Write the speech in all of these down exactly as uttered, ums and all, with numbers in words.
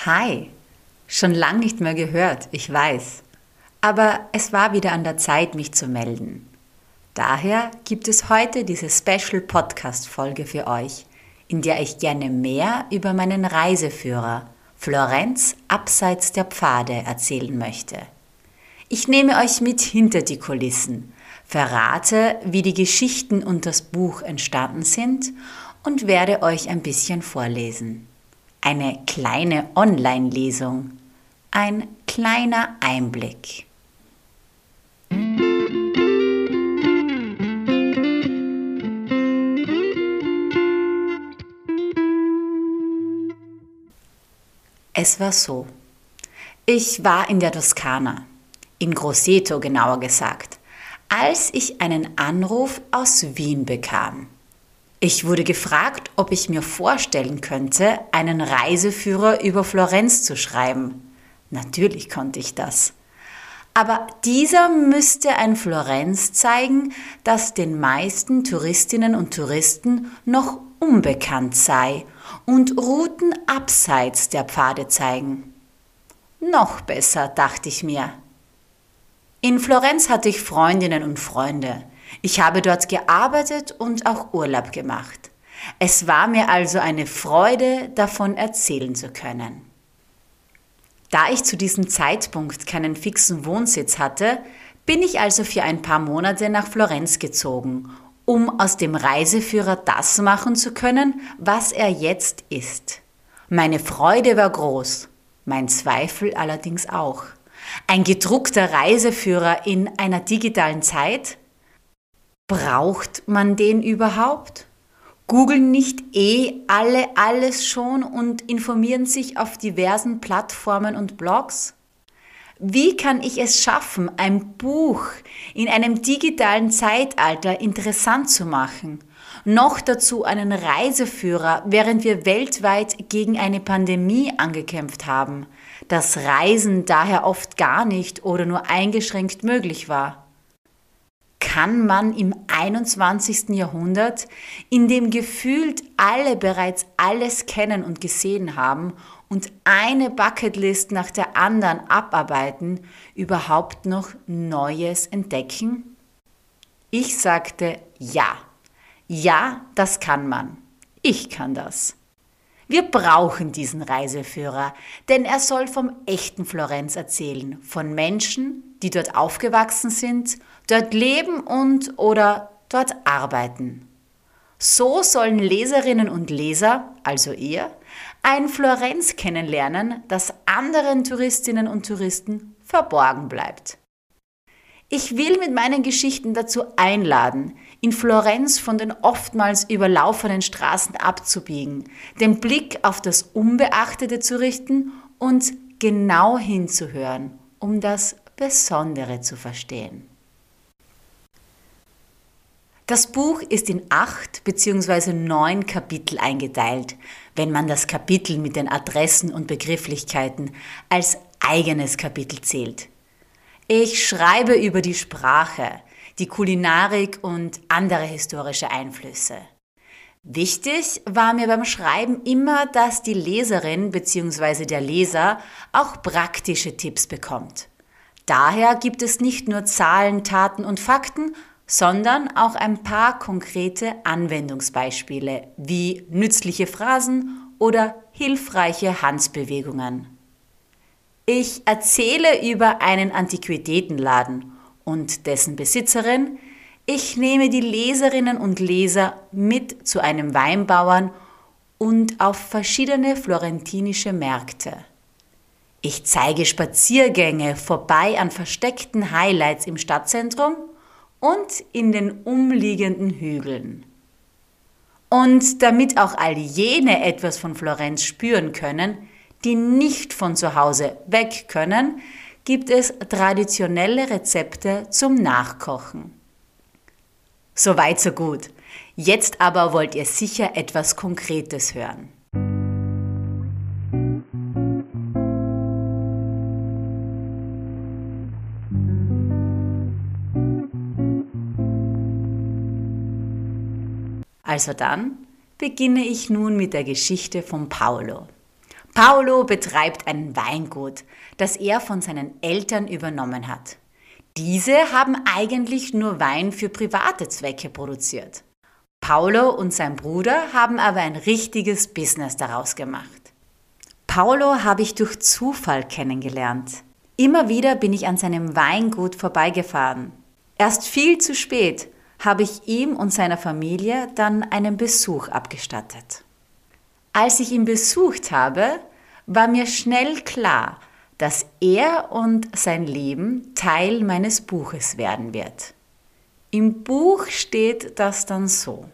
Hi, schon lang nicht mehr gehört, ich weiß. Aber es war wieder an der Zeit, mich zu melden. Daher gibt es heute diese Special-Podcast-Folge für euch, in der ich gerne mehr über meinen Reiseführer Florenz abseits der Pfade erzählen möchte. Ich nehme euch mit hinter die Kulissen, verrate, wie die Geschichten und das Buch entstanden sind und werde euch ein bisschen vorlesen. Eine kleine Online-Lesung, ein kleiner Einblick. Es war so. Ich war in der Toskana, in Grosseto genauer gesagt, als ich einen Anruf aus Wien bekam. Ich wurde gefragt, ob ich mir vorstellen könnte, einen Reiseführer über Florenz zu schreiben. Natürlich konnte ich das. Aber dieser müsste ein Florenz zeigen, das den meisten Touristinnen und Touristen noch unbekannt sei und Routen abseits der Pfade zeigen. Noch besser, dachte ich mir. In Florenz hatte ich Freundinnen und Freunde. Ich habe dort gearbeitet und auch Urlaub gemacht. Es war mir also eine Freude, davon erzählen zu können. Da ich zu diesem Zeitpunkt keinen fixen Wohnsitz hatte, bin ich also für ein paar Monate nach Florenz gezogen, um aus dem Reiseführer das machen zu können, was er jetzt ist. Meine Freude war groß, mein Zweifel allerdings auch. Ein gedruckter Reiseführer in einer digitalen Zeit? Braucht man den überhaupt? Googeln nicht eh alle alles schon und informieren sich auf diversen Plattformen und Blogs? Wie kann ich es schaffen, ein Buch in einem digitalen Zeitalter interessant zu machen? Noch dazu einen Reiseführer, während wir weltweit gegen eine Pandemie angekämpft haben, das Reisen daher oft gar nicht oder nur eingeschränkt möglich war. Kann man im einundzwanzigsten Jahrhundert, in dem gefühlt alle bereits alles kennen und gesehen haben und eine Bucketlist nach der anderen abarbeiten, überhaupt noch Neues entdecken? Ich sagte ja. Ja, das kann man. Ich kann das. Wir brauchen diesen Reiseführer, denn er soll vom echten Florenz erzählen, von Menschen, die dort aufgewachsen sind, dort leben und oder dort arbeiten. So sollen Leserinnen und Leser, also ihr, ein Florenz kennenlernen, das anderen Touristinnen und Touristen verborgen bleibt. Ich will mit meinen Geschichten dazu einladen, in Florenz von den oftmals überlaufenen Straßen abzubiegen, den Blick auf das Unbeachtete zu richten und genau hinzuhören, um das Besondere zu verstehen. Das Buch ist in acht bzw. neun Kapitel eingeteilt, wenn man das Kapitel mit den Adressen und Begrifflichkeiten als eigenes Kapitel zählt. Ich schreibe über die Sprache, die Kulinarik und andere historische Einflüsse. Wichtig war mir beim Schreiben immer, dass die Leserin bzw. der Leser auch praktische Tipps bekommt. Daher gibt es nicht nur Zahlen, Taten und Fakten, sondern auch ein paar konkrete Anwendungsbeispiele wie nützliche Phrasen oder hilfreiche Handbewegungen. Ich erzähle über einen Antiquitätenladen und dessen Besitzerin. Ich nehme die Leserinnen und Leser mit zu einem Weinbauern und auf verschiedene florentinische Märkte. Ich zeige Spaziergänge vorbei an versteckten Highlights im Stadtzentrum und in den umliegenden Hügeln. Und damit auch all jene etwas von Florenz spüren können, die nicht von zu Hause weg können, gibt es traditionelle Rezepte zum Nachkochen. Soweit so gut. Jetzt aber wollt ihr sicher etwas Konkretes hören. Also dann beginne ich nun mit der Geschichte von Paolo. Paolo betreibt ein Weingut, das er von seinen Eltern übernommen hat. Diese haben eigentlich nur Wein für private Zwecke produziert. Paolo und sein Bruder haben aber ein richtiges Business daraus gemacht. Paolo habe ich durch Zufall kennengelernt. Immer wieder bin ich an seinem Weingut vorbeigefahren. Erst viel zu spät habe ich ihm und seiner Familie dann einen Besuch abgestattet. Als ich ihn besucht habe, war mir schnell klar, dass er und sein Leben Teil meines Buches werden wird. Im Buch steht das dann so.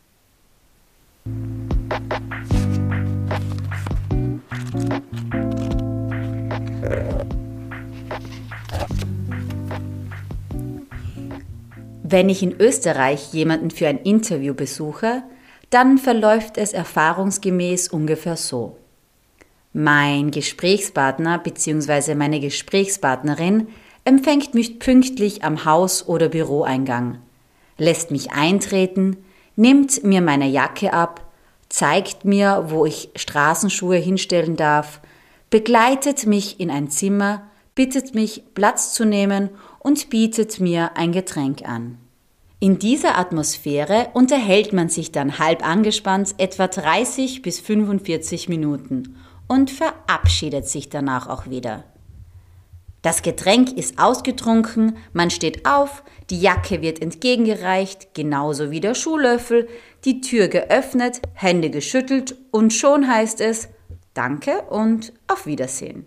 Wenn ich in Österreich jemanden für ein Interview besuche, dann verläuft es erfahrungsgemäß ungefähr so. Mein Gesprächspartner bzw. meine Gesprächspartnerin empfängt mich pünktlich am Haus- oder Büroeingang, lässt mich eintreten, nimmt mir meine Jacke ab, zeigt mir, wo ich Straßenschuhe hinstellen darf, begleitet mich in ein Zimmer, bittet mich, Platz zu nehmen und bietet mir ein Getränk an. In dieser Atmosphäre unterhält man sich dann halb angespannt etwa dreißig bis fünfundvierzig Minuten und verabschiedet sich danach auch wieder. Das Getränk ist ausgetrunken, man steht auf, die Jacke wird entgegengereicht, genauso wie der Schuhlöffel, die Tür geöffnet, Hände geschüttelt und schon heißt es Danke und auf Wiedersehen.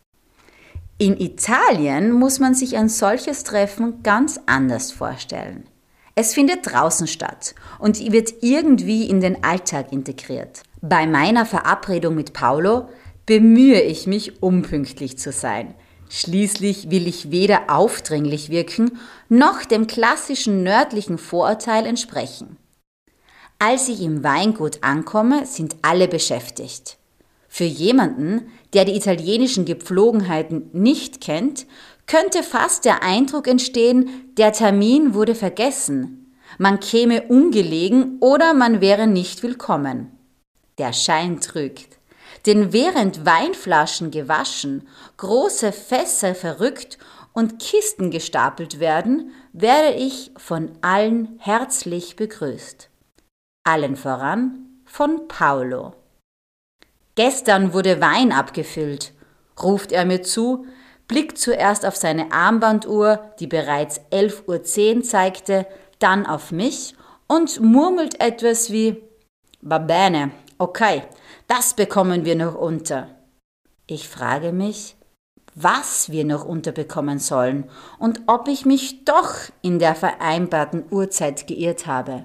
In Italien muss man sich ein solches Treffen ganz anders vorstellen. Es findet draußen statt und wird irgendwie in den Alltag integriert. Bei meiner Verabredung mit Paolo bemühe ich mich, unpünktlich zu sein. Schließlich will ich weder aufdringlich wirken, noch dem klassischen nördlichen Vorurteil entsprechen. Als ich im Weingut ankomme, sind alle beschäftigt. Für jemanden, der die italienischen Gepflogenheiten nicht kennt, könnte fast der Eindruck entstehen, der Termin wurde vergessen. Man käme ungelegen oder man wäre nicht willkommen. Der Schein trügt. Denn während Weinflaschen gewaschen, große Fässer verrückt und Kisten gestapelt werden, werde ich von allen herzlich begrüßt. Allen voran von Paolo. Gestern wurde Wein abgefüllt, ruft er mir zu, blickt zuerst auf seine Armbanduhr, die bereits elf Uhr zehn zeigte, dann auf mich und murmelt etwas wie Va bene, okay, das bekommen wir noch unter. Ich frage mich, was wir noch unterbekommen sollen und ob ich mich doch in der vereinbarten Uhrzeit geirrt habe.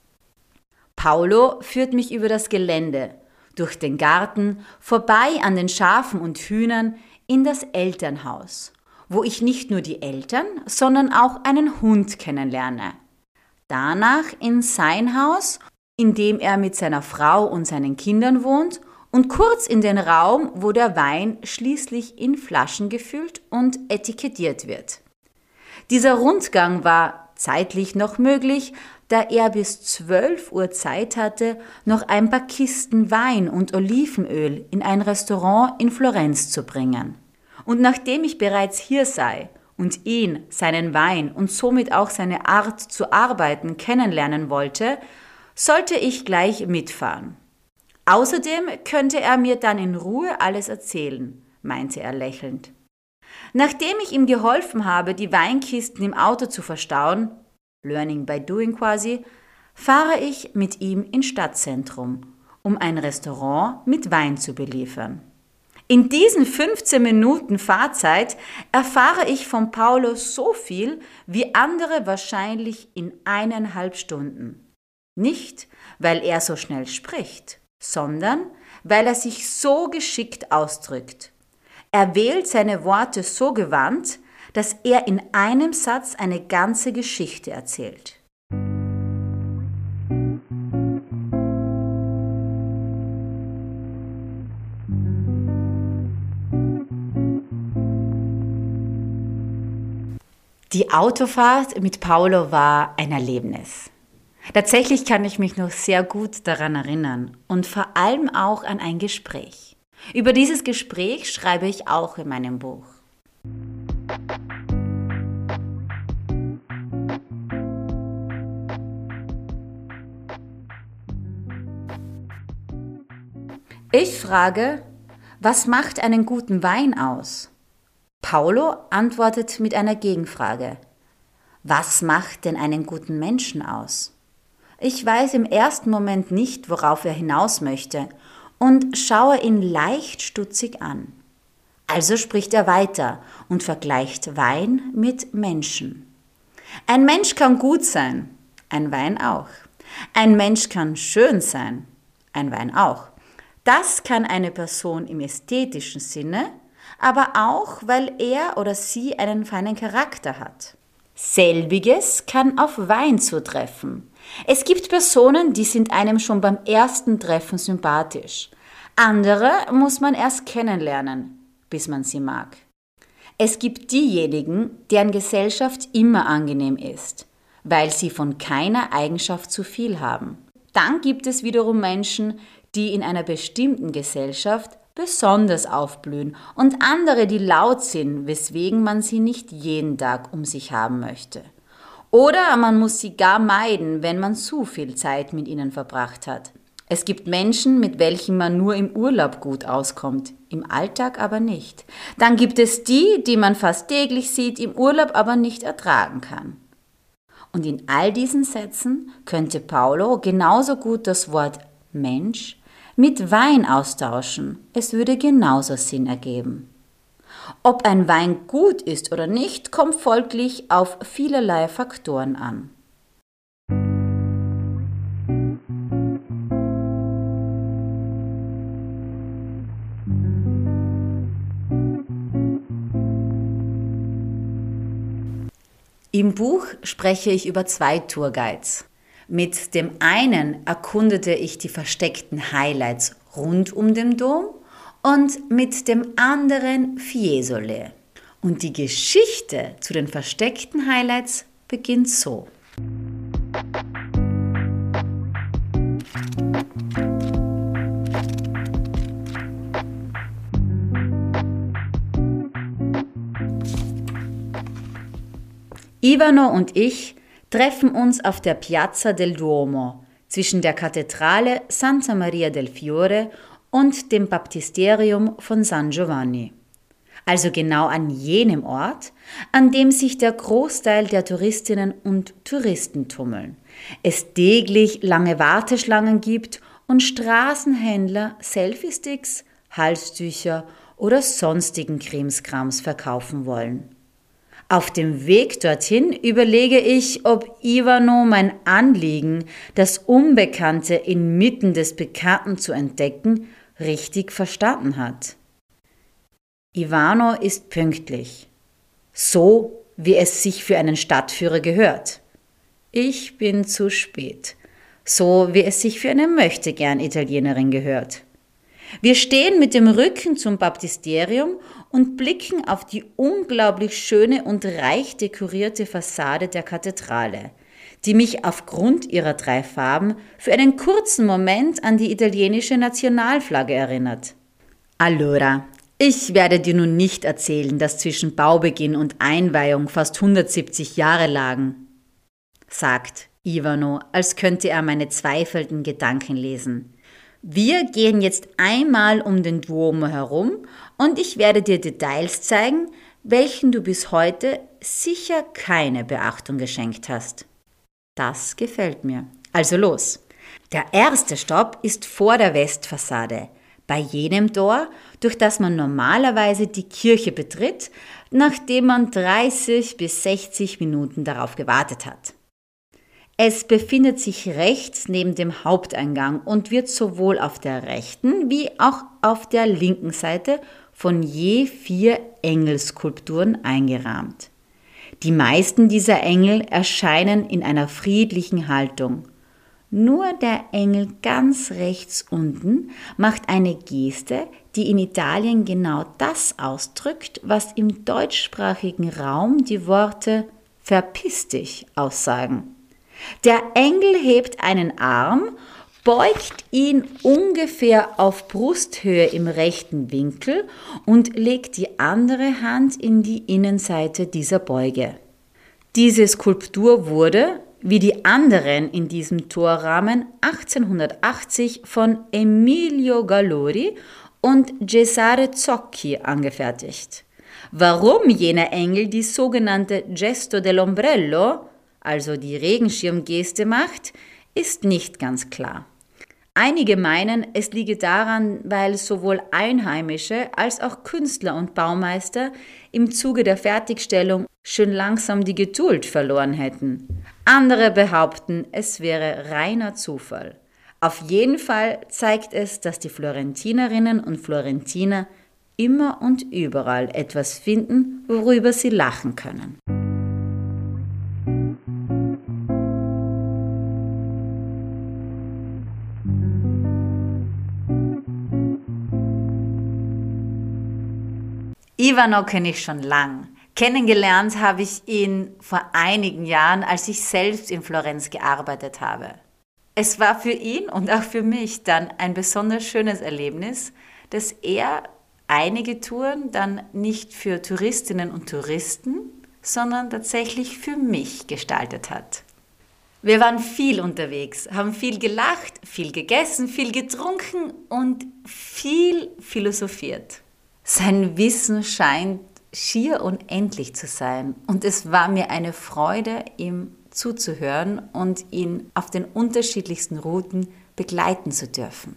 Paolo führt mich über das Gelände, durch den Garten, vorbei an den Schafen und Hühnern in das Elternhaus, wo ich nicht nur die Eltern, sondern auch einen Hund kennenlerne. Danach in sein Haus, in dem er mit seiner Frau und seinen Kindern wohnt, und kurz in den Raum, wo der Wein schließlich in Flaschen gefüllt und etikettiert wird. Dieser Rundgang war zeitlich noch möglich, da er bis zwölf Uhr Zeit hatte, noch ein paar Kisten Wein und Olivenöl in ein Restaurant in Florenz zu bringen. Und nachdem ich bereits hier sei und ihn, seinen Wein und somit auch seine Art zu arbeiten kennenlernen wollte, sollte ich gleich mitfahren. Außerdem könnte er mir dann in Ruhe alles erzählen, meinte er lächelnd. Nachdem ich ihm geholfen habe, die Weinkisten im Auto zu verstauen, Learning by Doing quasi, fahre ich mit ihm ins Stadtzentrum, um ein Restaurant mit Wein zu beliefern. In diesen fünfzehn Minuten Fahrzeit erfahre ich von Paolo so viel, wie andere wahrscheinlich in eineinhalb Stunden. Nicht, weil er so schnell spricht, sondern weil er sich so geschickt ausdrückt. Er wählt seine Worte so gewandt, dass er in einem Satz eine ganze Geschichte erzählt. Die Autofahrt mit Paolo war ein Erlebnis. Tatsächlich kann ich mich noch sehr gut daran erinnern und vor allem auch an ein Gespräch. Über dieses Gespräch schreibe ich auch in meinem Buch. Ich frage, was macht einen guten Wein aus? Paulo antwortet mit einer Gegenfrage. Was macht denn einen guten Menschen aus? Ich weiß im ersten Moment nicht, worauf er hinaus möchte und schaue ihn leicht stutzig an. Also spricht er weiter und vergleicht Wein mit Menschen. Ein Mensch kann gut sein, ein Wein auch. Ein Mensch kann schön sein, ein Wein auch. Das kann eine Person im ästhetischen Sinne, aber auch, weil er oder sie einen feinen Charakter hat. Selbiges kann auf Wein zutreffen. Es gibt Personen, die sind einem schon beim ersten Treffen sympathisch. Andere muss man erst kennenlernen, bis man sie mag. Es gibt diejenigen, deren Gesellschaft immer angenehm ist, weil sie von keiner Eigenschaft zu viel haben. Dann gibt es wiederum Menschen, die in einer bestimmten Gesellschaft besonders aufblühen und andere, die laut sind, weswegen man sie nicht jeden Tag um sich haben möchte. Oder man muss sie gar meiden, wenn man zu viel Zeit mit ihnen verbracht hat. Es gibt Menschen, mit welchen man nur im Urlaub gut auskommt, im Alltag aber nicht. Dann gibt es die, die man fast täglich sieht, im Urlaub aber nicht ertragen kann. Und in all diesen Sätzen könnte Paulo genauso gut das Wort Mensch mit Wein austauschen. Es würde genauso Sinn ergeben. Ob ein Wein gut ist oder nicht, kommt folglich auf vielerlei Faktoren an. Im Buch spreche ich über zwei Tourguides. Mit dem einen erkundete ich die versteckten Highlights rund um den Dom und mit dem anderen Fiesole. Und die Geschichte zu den versteckten Highlights beginnt so. Ivano und ich treffen uns auf der Piazza del Duomo zwischen der Kathedrale Santa Maria del Fiore und dem Baptisterium von San Giovanni. Also genau an jenem Ort, an dem sich der Großteil der Touristinnen und Touristen tummeln. Es täglich lange Warteschlangen gibt und Straßenhändler Selfie-Sticks, Halstücher oder sonstigen Krimskrams verkaufen wollen. Auf dem Weg dorthin überlege ich, ob Ivano mein Anliegen, das Unbekannte inmitten des Bekannten zu entdecken, richtig verstanden hat. Ivano ist pünktlich, so wie es sich für einen Stadtführer gehört. Ich bin zu spät, so wie es sich für eine Möchtegern-Italienerin gehört. Wir stehen mit dem Rücken zum Baptisterium und blicken auf die unglaublich schöne und reich dekorierte Fassade der Kathedrale, die mich aufgrund ihrer drei Farben für einen kurzen Moment an die italienische Nationalflagge erinnert. Allora, ich werde dir nun nicht erzählen, dass zwischen Baubeginn und Einweihung fast hundertsiebzig Jahre lagen, sagt Ivano, als könnte er meine zweifelnden Gedanken lesen. Wir gehen jetzt einmal um den Duomo herum und ich werde dir Details zeigen, welchen du bis heute sicher keine Beachtung geschenkt hast. Das gefällt mir. Also los. Der erste Stopp ist vor der Westfassade, bei jenem Tor, durch das man normalerweise die Kirche betritt, nachdem man dreißig bis sechzig Minuten darauf gewartet hat. Es befindet sich rechts neben dem Haupteingang und wird sowohl auf der rechten wie auch auf der linken Seite von je vier Engelskulpturen eingerahmt. Die meisten dieser Engel erscheinen in einer friedlichen Haltung. Nur der Engel ganz rechts unten macht eine Geste, die in Italien genau das ausdrückt, was im deutschsprachigen Raum die Worte "Verpiss dich" aussagen. Der Engel hebt einen Arm beugt ihn ungefähr auf Brusthöhe im rechten Winkel und legt die andere Hand in die Innenseite dieser Beuge. Diese Skulptur wurde, wie die anderen in diesem Torrahmen, achtzehnhundertachtzig von Emilio Galluri und Cesare Zocchi angefertigt. Warum jener Engel die sogenannte Gesto dell'ombrello, also die Regenschirmgeste, macht, ist nicht ganz klar. Einige meinen, es liege daran, weil sowohl Einheimische als auch Künstler und Baumeister im Zuge der Fertigstellung schön langsam die Geduld verloren hätten. Andere behaupten, es wäre reiner Zufall. Auf jeden Fall zeigt es, dass die Florentinerinnen und Florentiner immer und überall etwas finden, worüber sie lachen können. Ivano kenne ich schon lang. Kennengelernt habe ich ihn vor einigen Jahren, als ich selbst in Florenz gearbeitet habe. Es war für ihn und auch für mich dann ein besonders schönes Erlebnis, dass er einige Touren dann nicht für Touristinnen und Touristen, sondern tatsächlich für mich gestaltet hat. Wir waren viel unterwegs, haben viel gelacht, viel gegessen, viel getrunken und viel philosophiert. Sein Wissen scheint schier unendlich zu sein und es war mir eine Freude, ihm zuzuhören und ihn auf den unterschiedlichsten Routen begleiten zu dürfen.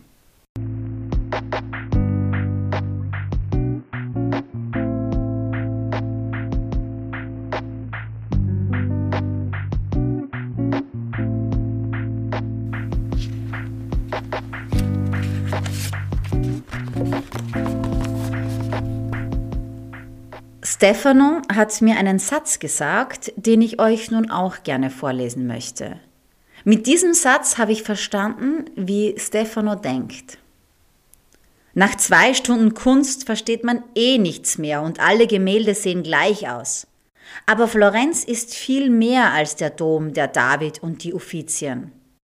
Stefano hat mir einen Satz gesagt, den ich euch nun auch gerne vorlesen möchte. Mit diesem Satz habe ich verstanden, wie Stefano denkt. Nach zwei Stunden Kunst versteht man eh nichts mehr und alle Gemälde sehen gleich aus. Aber Florenz ist viel mehr als der Dom, der David und die Uffizien.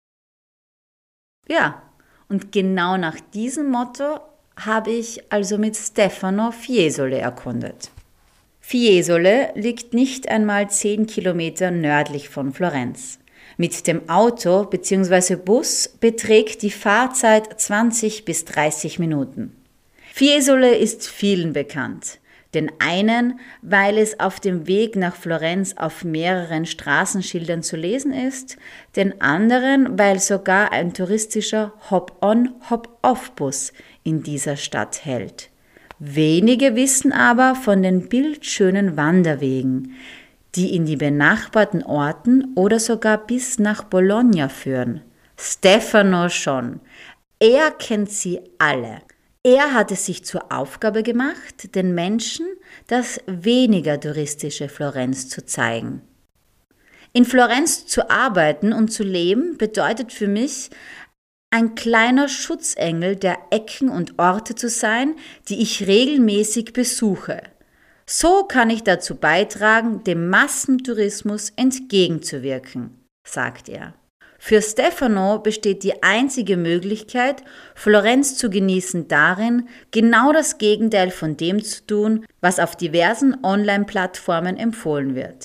Ja, und genau nach diesem Motto habe ich also mit Stefano Fiesole erkundet. Fiesole liegt nicht einmal zehn Kilometer nördlich von Florenz. Mit dem Auto bzw. Bus beträgt die Fahrzeit zwanzig bis dreißig Minuten. Fiesole ist vielen bekannt. Den einen, weil es auf dem Weg nach Florenz auf mehreren Straßenschildern zu lesen ist, den anderen, weil sogar ein touristischer Hop-on, Hop-off-Bus in dieser Stadt hält. Wenige wissen aber von den bildschönen Wanderwegen, die in die benachbarten Orten oder sogar bis nach Bologna führen. Stefano schon. Er kennt sie alle. Er hat es sich zur Aufgabe gemacht, den Menschen das weniger touristische Florenz zu zeigen. In Florenz zu arbeiten und zu leben bedeutet für mich, ein kleiner Schutzengel der Ecken und Orte zu sein, die ich regelmäßig besuche. So kann ich dazu beitragen, dem Massentourismus entgegenzuwirken, sagt er. Für Stefano besteht die einzige Möglichkeit, Florenz zu genießen, darin, genau das Gegenteil von dem zu tun, was auf diversen Online-Plattformen empfohlen wird.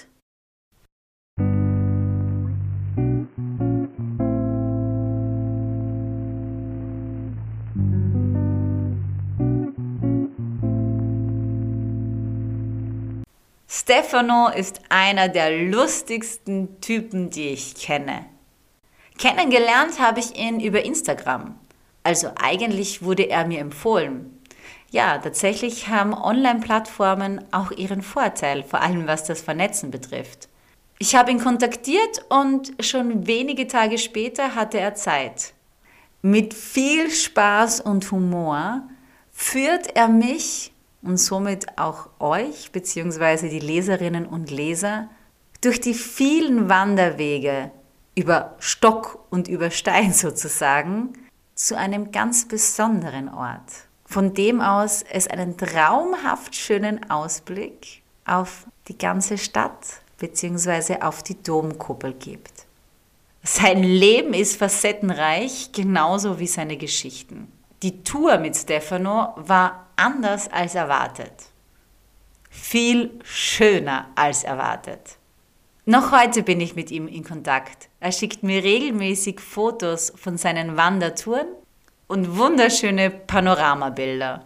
Stefano ist einer der lustigsten Typen, die ich kenne. Kennengelernt habe ich ihn über Instagram. Also eigentlich wurde er mir empfohlen. Ja, tatsächlich haben Online-Plattformen auch ihren Vorteil, vor allem was das Vernetzen betrifft. Ich habe ihn kontaktiert und schon wenige Tage später hatte er Zeit. Mit viel Spaß und Humor führt er mich und somit auch euch bzw. die Leserinnen und Leser durch die vielen Wanderwege über Stock und über Stein sozusagen zu einem ganz besonderen Ort, von dem aus es einen traumhaft schönen Ausblick auf die ganze Stadt bzw. auf die Domkuppel gibt. Sein Leben ist facettenreich, genauso wie seine Geschichten. Die Tour mit Stefano war anders als erwartet. Viel schöner als erwartet. Noch heute bin ich mit ihm in Kontakt. Er schickt mir regelmäßig Fotos von seinen Wandertouren und wunderschöne Panoramabilder.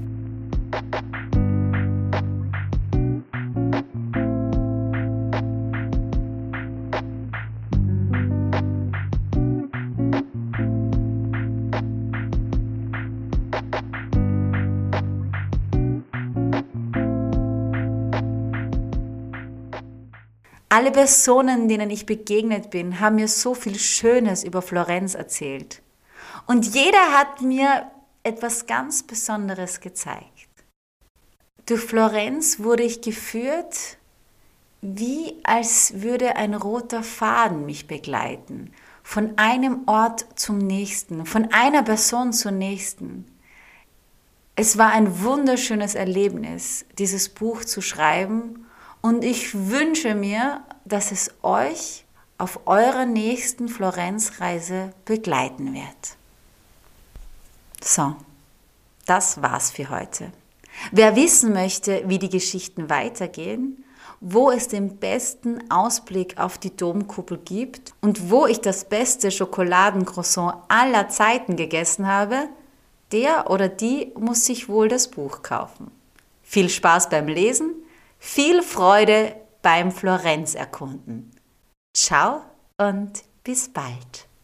Alle Personen, denen ich begegnet bin, haben mir so viel Schönes über Florenz erzählt. Und jeder hat mir etwas ganz Besonderes gezeigt. Durch Florenz wurde ich geführt, wie als würde ein roter Faden mich begleiten. Von einem Ort zum nächsten, von einer Person zur nächsten. Es war ein wunderschönes Erlebnis, dieses Buch zu schreiben. Und ich wünsche mir, dass es euch auf eurer nächsten Florenzreise begleiten wird. So, das war's für heute. Wer wissen möchte, wie die Geschichten weitergehen, wo es den besten Ausblick auf die Domkuppel gibt und wo ich das beste Schokoladencroissant aller Zeiten gegessen habe, der oder die muss sich wohl das Buch kaufen. Viel Spaß beim Lesen! Viel Freude beim Florenz erkunden. Ciao und bis bald.